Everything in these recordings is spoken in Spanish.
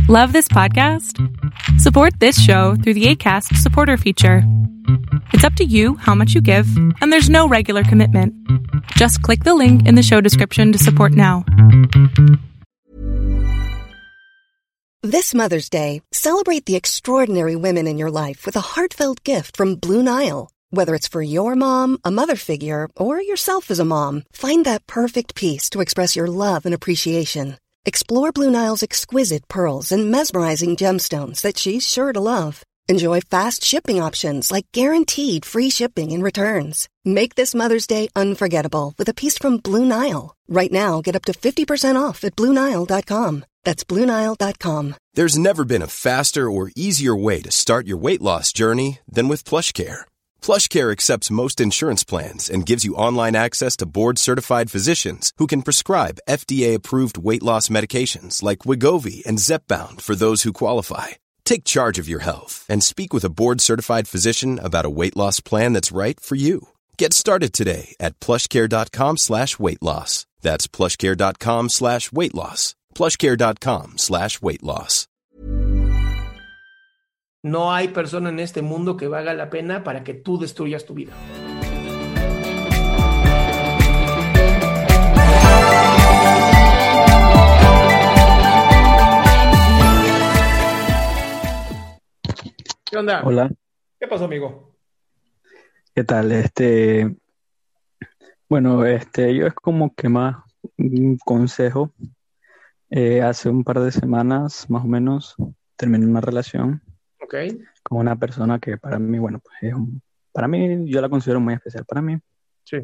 Love this podcast? Support this show through the Acast supporter feature. It's up to you how much you give, and there's no regular commitment. Just click the link in the show description to support now. This Mother's Day, celebrate the extraordinary women in your life with a heartfelt gift from Blue Nile. Whether it's for your mom, a mother figure, or yourself as a mom, find that perfect piece to express your love and appreciation. Explore Blue Nile's exquisite pearls and mesmerizing gemstones that she's sure to love. Enjoy fast shipping options like guaranteed free shipping and returns. Make this Mother's Day unforgettable with a piece from Blue Nile. Right now, get up to 50% off at BlueNile.com. That's BlueNile.com. There's never been a faster or easier way to start your weight loss journey than with PlushCare. PlushCare accepts most insurance plans and gives you online access to board-certified physicians who can prescribe FDA-approved weight loss medications like Wegovy and Zepbound for those who qualify. Take charge of your health and speak with a board-certified physician about a weight loss plan that's right for you. Get started today at plushcare.com/weight loss. That's plushcare.com/weight loss. plushcare.com/weight loss. No hay persona en este mundo que valga la pena para que tú destruyas tu vida. ¿Qué onda? Hola, ¿Qué pasó, amigo? ¿qué tal? Yo es como que más un consejo. Hace un par de semanas, más o menos, terminé una relación Ok. con una persona que para mí, bueno, pues para mí, yo la considero muy especial para mí. Sí.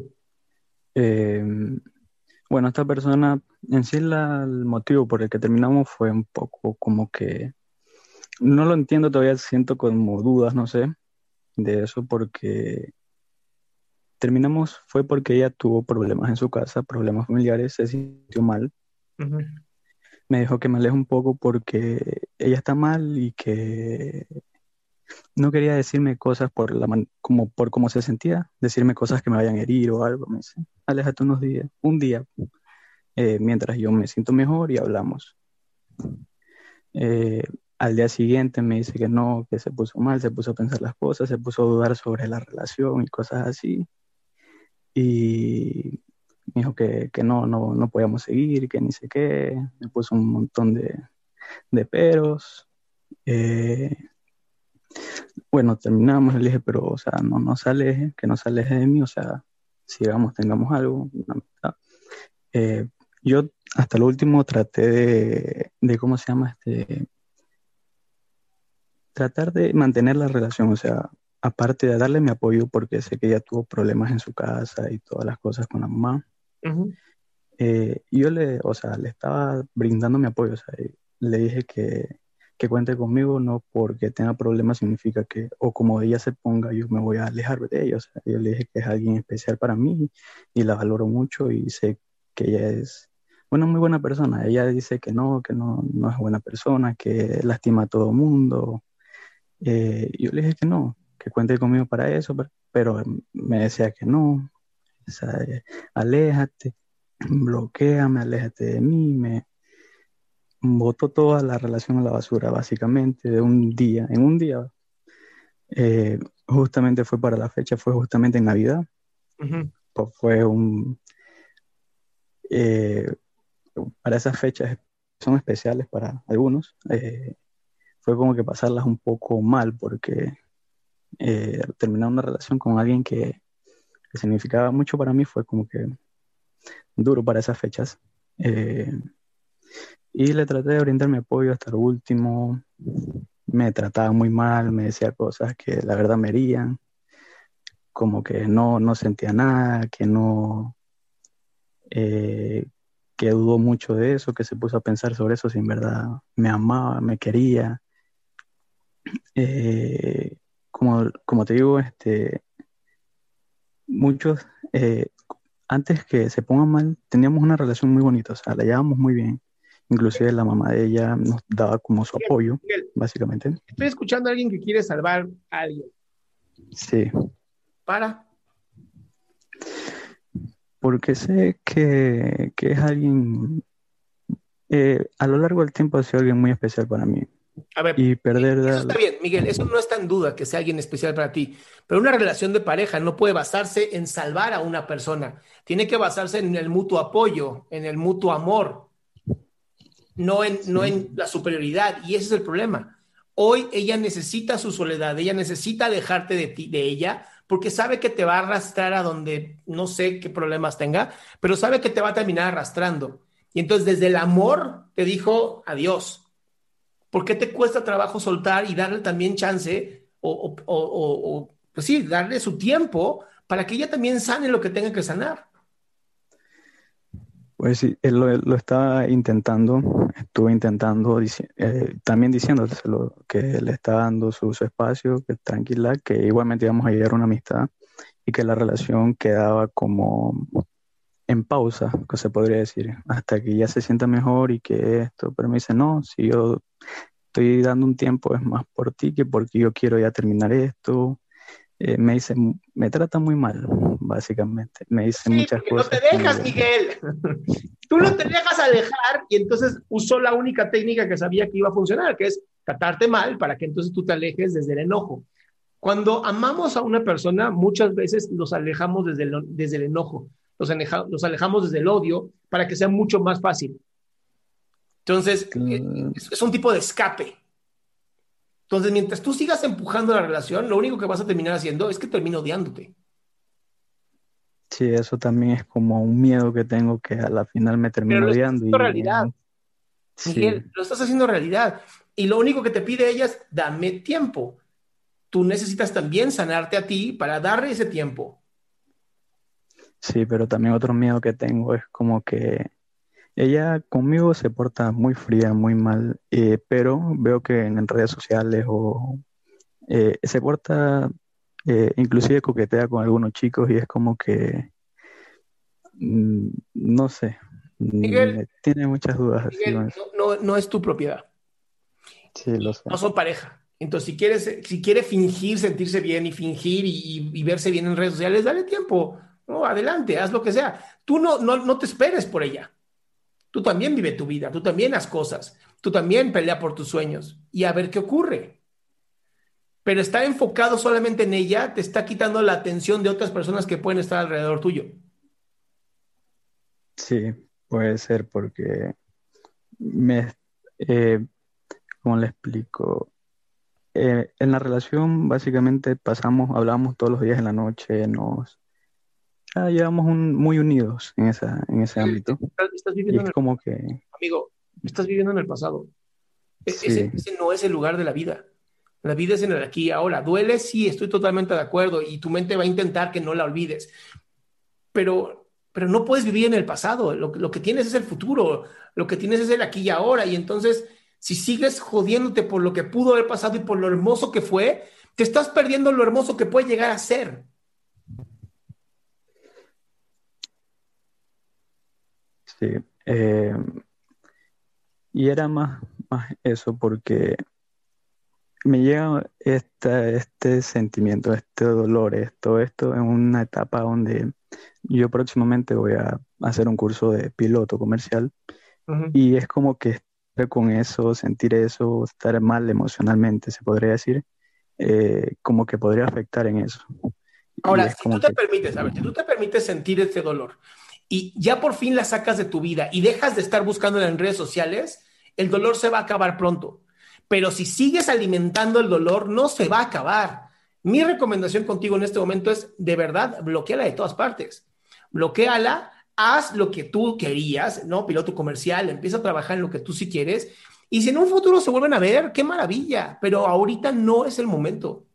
Bueno, esta persona, en sí el motivo por el que terminamos fue un poco como que, no lo entiendo todavía, siento como dudas, no sé, de eso, porque terminamos fue porque ella tuvo problemas en su casa, problemas familiares, se sintió mal. Ujú. Me dijo que me aleje un poco porque ella está mal y que no quería decirme cosas como por cómo se sentía, decirme cosas que me vayan a herir o algo. Me dice, aléjate un día, mientras yo me siento mejor y hablamos. Al día siguiente me dice que no, que se puso mal, se puso a pensar las cosas, se puso a dudar sobre la relación y cosas así. Y me dijo que no podíamos seguir, que ni sé qué. Me puso un montón de peros. Bueno, terminamos, le dije, pero, o sea, no se aleje, que no se aleje de mí, o sea, sigamos, tengamos algo, una amistad. Yo hasta lo último traté de ¿cómo se llama? Tratar de mantener la relación, o sea, aparte de darle mi apoyo, porque sé que ella tuvo problemas en su casa y todas las cosas con la mamá. Ujú. Yo le estaba brindando mi apoyo, o sea, y le dije que cuente conmigo, no porque tenga problemas significa que, o como ella se ponga, yo me voy a alejar de ella, o sea, yo le dije que es alguien especial para mí y la valoro mucho y sé que ella es una muy buena persona. Ella dice que no es buena persona, que lastima a todo mundo. Yo le dije que no, que cuente conmigo para eso, pero me decía que no, o sea, aléjate, bloquéame, aléjate de mí, me botó toda la relación a la basura, básicamente, en un día, justamente fue para la fecha, fue justamente en Navidad, Ujú. pues eh, para esas fechas son especiales para algunos, fue como que pasarlas un poco mal, porque terminar una relación con alguien que significaba mucho para mí fue como que duro para esas fechas. Y le traté de brindar mi apoyo hasta lo último. Me trataba muy mal, me decía cosas que la verdad me herían, como que no sentía nada, eh, que dudó mucho de eso, que se puso a pensar sobre eso si en verdad me amaba, me quería. Como te digo, muchos, antes que se pongan mal, teníamos una relación muy bonita, o sea, la llevábamos muy bien. Inclusive la mamá de ella nos daba como su apoyo, Miguel, básicamente. estoy escuchando a alguien que quiere salvar a alguien. Sí, Para. porque sé que es alguien A lo largo del tiempo ha sido alguien muy especial para mí. A ver, Y eso está bien, Miguel, eso no está en duda que sea alguien especial para ti, pero una relación de pareja no puede basarse en salvar a una persona, tiene que basarse en el mutuo apoyo, en el mutuo amor, no sí, en la superioridad, y ese es el problema. Hoy ella necesita su soledad, ella necesita alejarte de ti, de ella, porque sabe que te va a arrastrar a donde no sé qué problemas tenga, pero sabe que te va a terminar arrastrando. Y entonces desde el amor te dijo adiós. ¿Por qué te cuesta trabajo soltar y darle también chance pues sí, darle su tiempo para que ella también sane lo que tenga que sanar? pues sí, él lo estaba intentando, estuvo intentando, también diciéndoselo que le está dando su espacio, que tranquila, que igualmente íbamos a llegar a una amistad y que la relación quedaba como en pausa, que se podría decir, hasta que ya se sienta mejor y que esto, pero me dice, no, si yo estoy dando un tiempo es más por ti que porque yo quiero ya terminar esto. Me dice, me trata muy mal, básicamente, me dice Sí, muchas porque no te cosas dejas, que Miguel. Tú no te dejas alejar y entonces usó la única técnica que sabía que iba a funcionar, que es tratarte mal para que entonces tú te alejes desde el enojo. Cuando amamos a una persona, muchas veces los alejamos desde el enojo, los alejamos desde el odio para que sea mucho más fácil. Entonces, mm, es un tipo de escape. Entonces, mientras tú sigas empujando la relación, lo único que vas a terminar haciendo es que termine odiándote. sí, eso también es como un miedo que tengo que a la final me Pero termino lo estás odiando haciendo y realidad, sí, Miguel, lo estás haciendo realidad. Y lo único que te pide ella es dame tiempo. Tú necesitas también sanarte a ti para darle ese tiempo. sí, pero también otro miedo que tengo es como que ella conmigo se porta muy fría, muy mal, pero veo que en redes sociales o se porta, inclusive coquetea con algunos chicos y es como que, no sé, Miguel, tiene muchas dudas así con Miguel, eso. no es tu propiedad. Sí, lo sé. No son pareja. Entonces, si quiere fingir sentirse bien y fingir y verse bien en redes sociales, dale tiempo. No, adelante, haz lo que sea. Tú no te esperes por ella. Tú también vive tu vida, tú también haz cosas, tú también pelea por tus sueños y a ver qué ocurre. Pero estar enfocado solamente en ella te está quitando la atención de otras personas que pueden estar alrededor tuyo. Sí, puede ser porque me, eh, ¿cómo le explico? En la relación básicamente hablamos todos los días en la noche, llevamos muy unidos en ese ámbito. Estás Y viviendo es en el, como que, amigo, estás viviendo en el pasado. sí, Ese no es el lugar de la vida. La vida es en el aquí y ahora. Duele, sí, estoy totalmente de acuerdo y tu mente va a intentar que no la olvides, pero no puedes vivir en el pasado. Lo que tienes es el futuro, lo que tienes es el aquí y ahora. Y entonces, si sigues jodiéndote por lo que pudo haber pasado y por lo hermoso que fue, te estás perdiendo lo hermoso que puede llegar a ser. sí. Eh, y era más eso porque me llega este sentimiento, este dolor, todo esto en una etapa donde yo próximamente voy a hacer un curso de piloto comercial Ujú. y es como que estar con eso, sentir eso, estar mal emocionalmente, se podría decir, como que podría afectar en eso. Y Ahora, es si tú como te que, permites, a ver, si tú te permites sentir este dolor y ya por fin la sacas de tu vida y dejas de estar buscándola en redes sociales, el dolor se va a acabar pronto. Pero si sigues alimentando el dolor, no se va a acabar. Mi recomendación contigo en este momento es, de verdad, bloqueala de todas partes. Bloqueala, haz lo que tú querías, ¿no? Piloto comercial, empieza a trabajar en lo que tú sí quieres. Y si en un futuro se vuelven a ver, qué maravilla, pero ahorita no es el momento.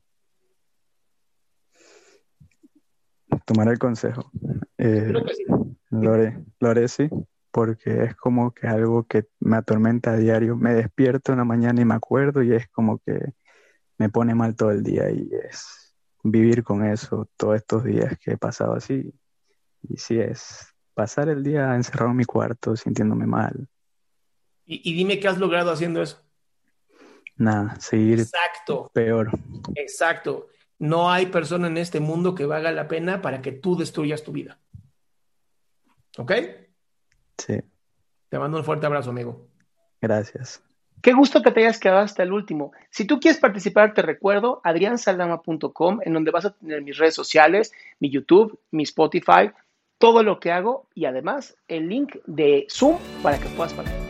tomar el consejo. Eh, Creo que sí. lo haré, sí, porque es como que algo que me atormenta a diario. Me despierto en la mañana y me acuerdo y es como que me pone mal todo el día y es vivir con eso todos estos días que he pasado así. Y sí es pasar el día encerrado en mi cuarto sintiéndome mal. Y dime qué has logrado haciendo eso. Nada, seguir Exacto, peor. exacto. No hay persona en este mundo que valga la pena para que tú destruyas tu vida. ¿Ok? Sí. Te mando un fuerte abrazo, amigo. Gracias. Qué gusto que te hayas quedado hasta el último. Si tú quieres participar, te recuerdo adriansaldama.com, en donde vas a tener mis redes sociales, mi YouTube, mi Spotify, todo lo que hago y además el link de Zoom para que puedas participar.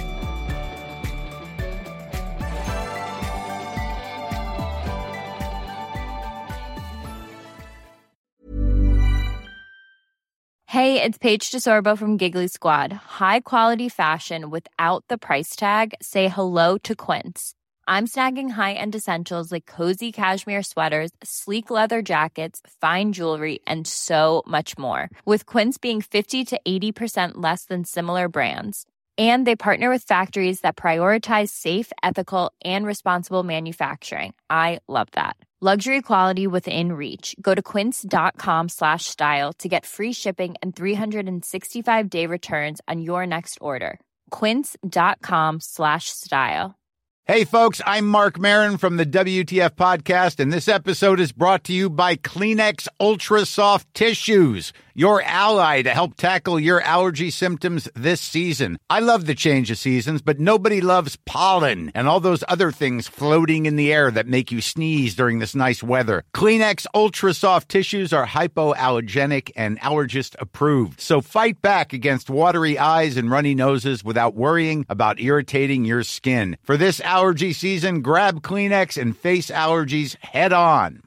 Hey, it's Paige DeSorbo from Giggly Squad. High quality fashion without the price tag. Say hello to Quince. I'm snagging high-end essentials like cozy cashmere sweaters, sleek leather jackets, fine jewelry, and so much more. With Quince being 50 to 80% less than similar brands. And they partner with factories that prioritize safe, ethical, and responsible manufacturing. I love that. Luxury quality within reach. Go to quince.com/style to get free shipping and 365-day returns on your next order. Quince.com/style. Hey, folks, I'm Mark Maron from the WTF Podcast, and this episode is brought to you by Kleenex Ultra Soft Tissues, your ally to help tackle your allergy symptoms this season. I love the change of seasons, but nobody loves pollen and all those other things floating in the air that make you sneeze during this nice weather. Kleenex Ultra Soft Tissues are hypoallergenic and allergist approved, so fight back against watery eyes and runny noses without worrying about irritating your skin. For this allergy season, grab Kleenex and face allergies head on.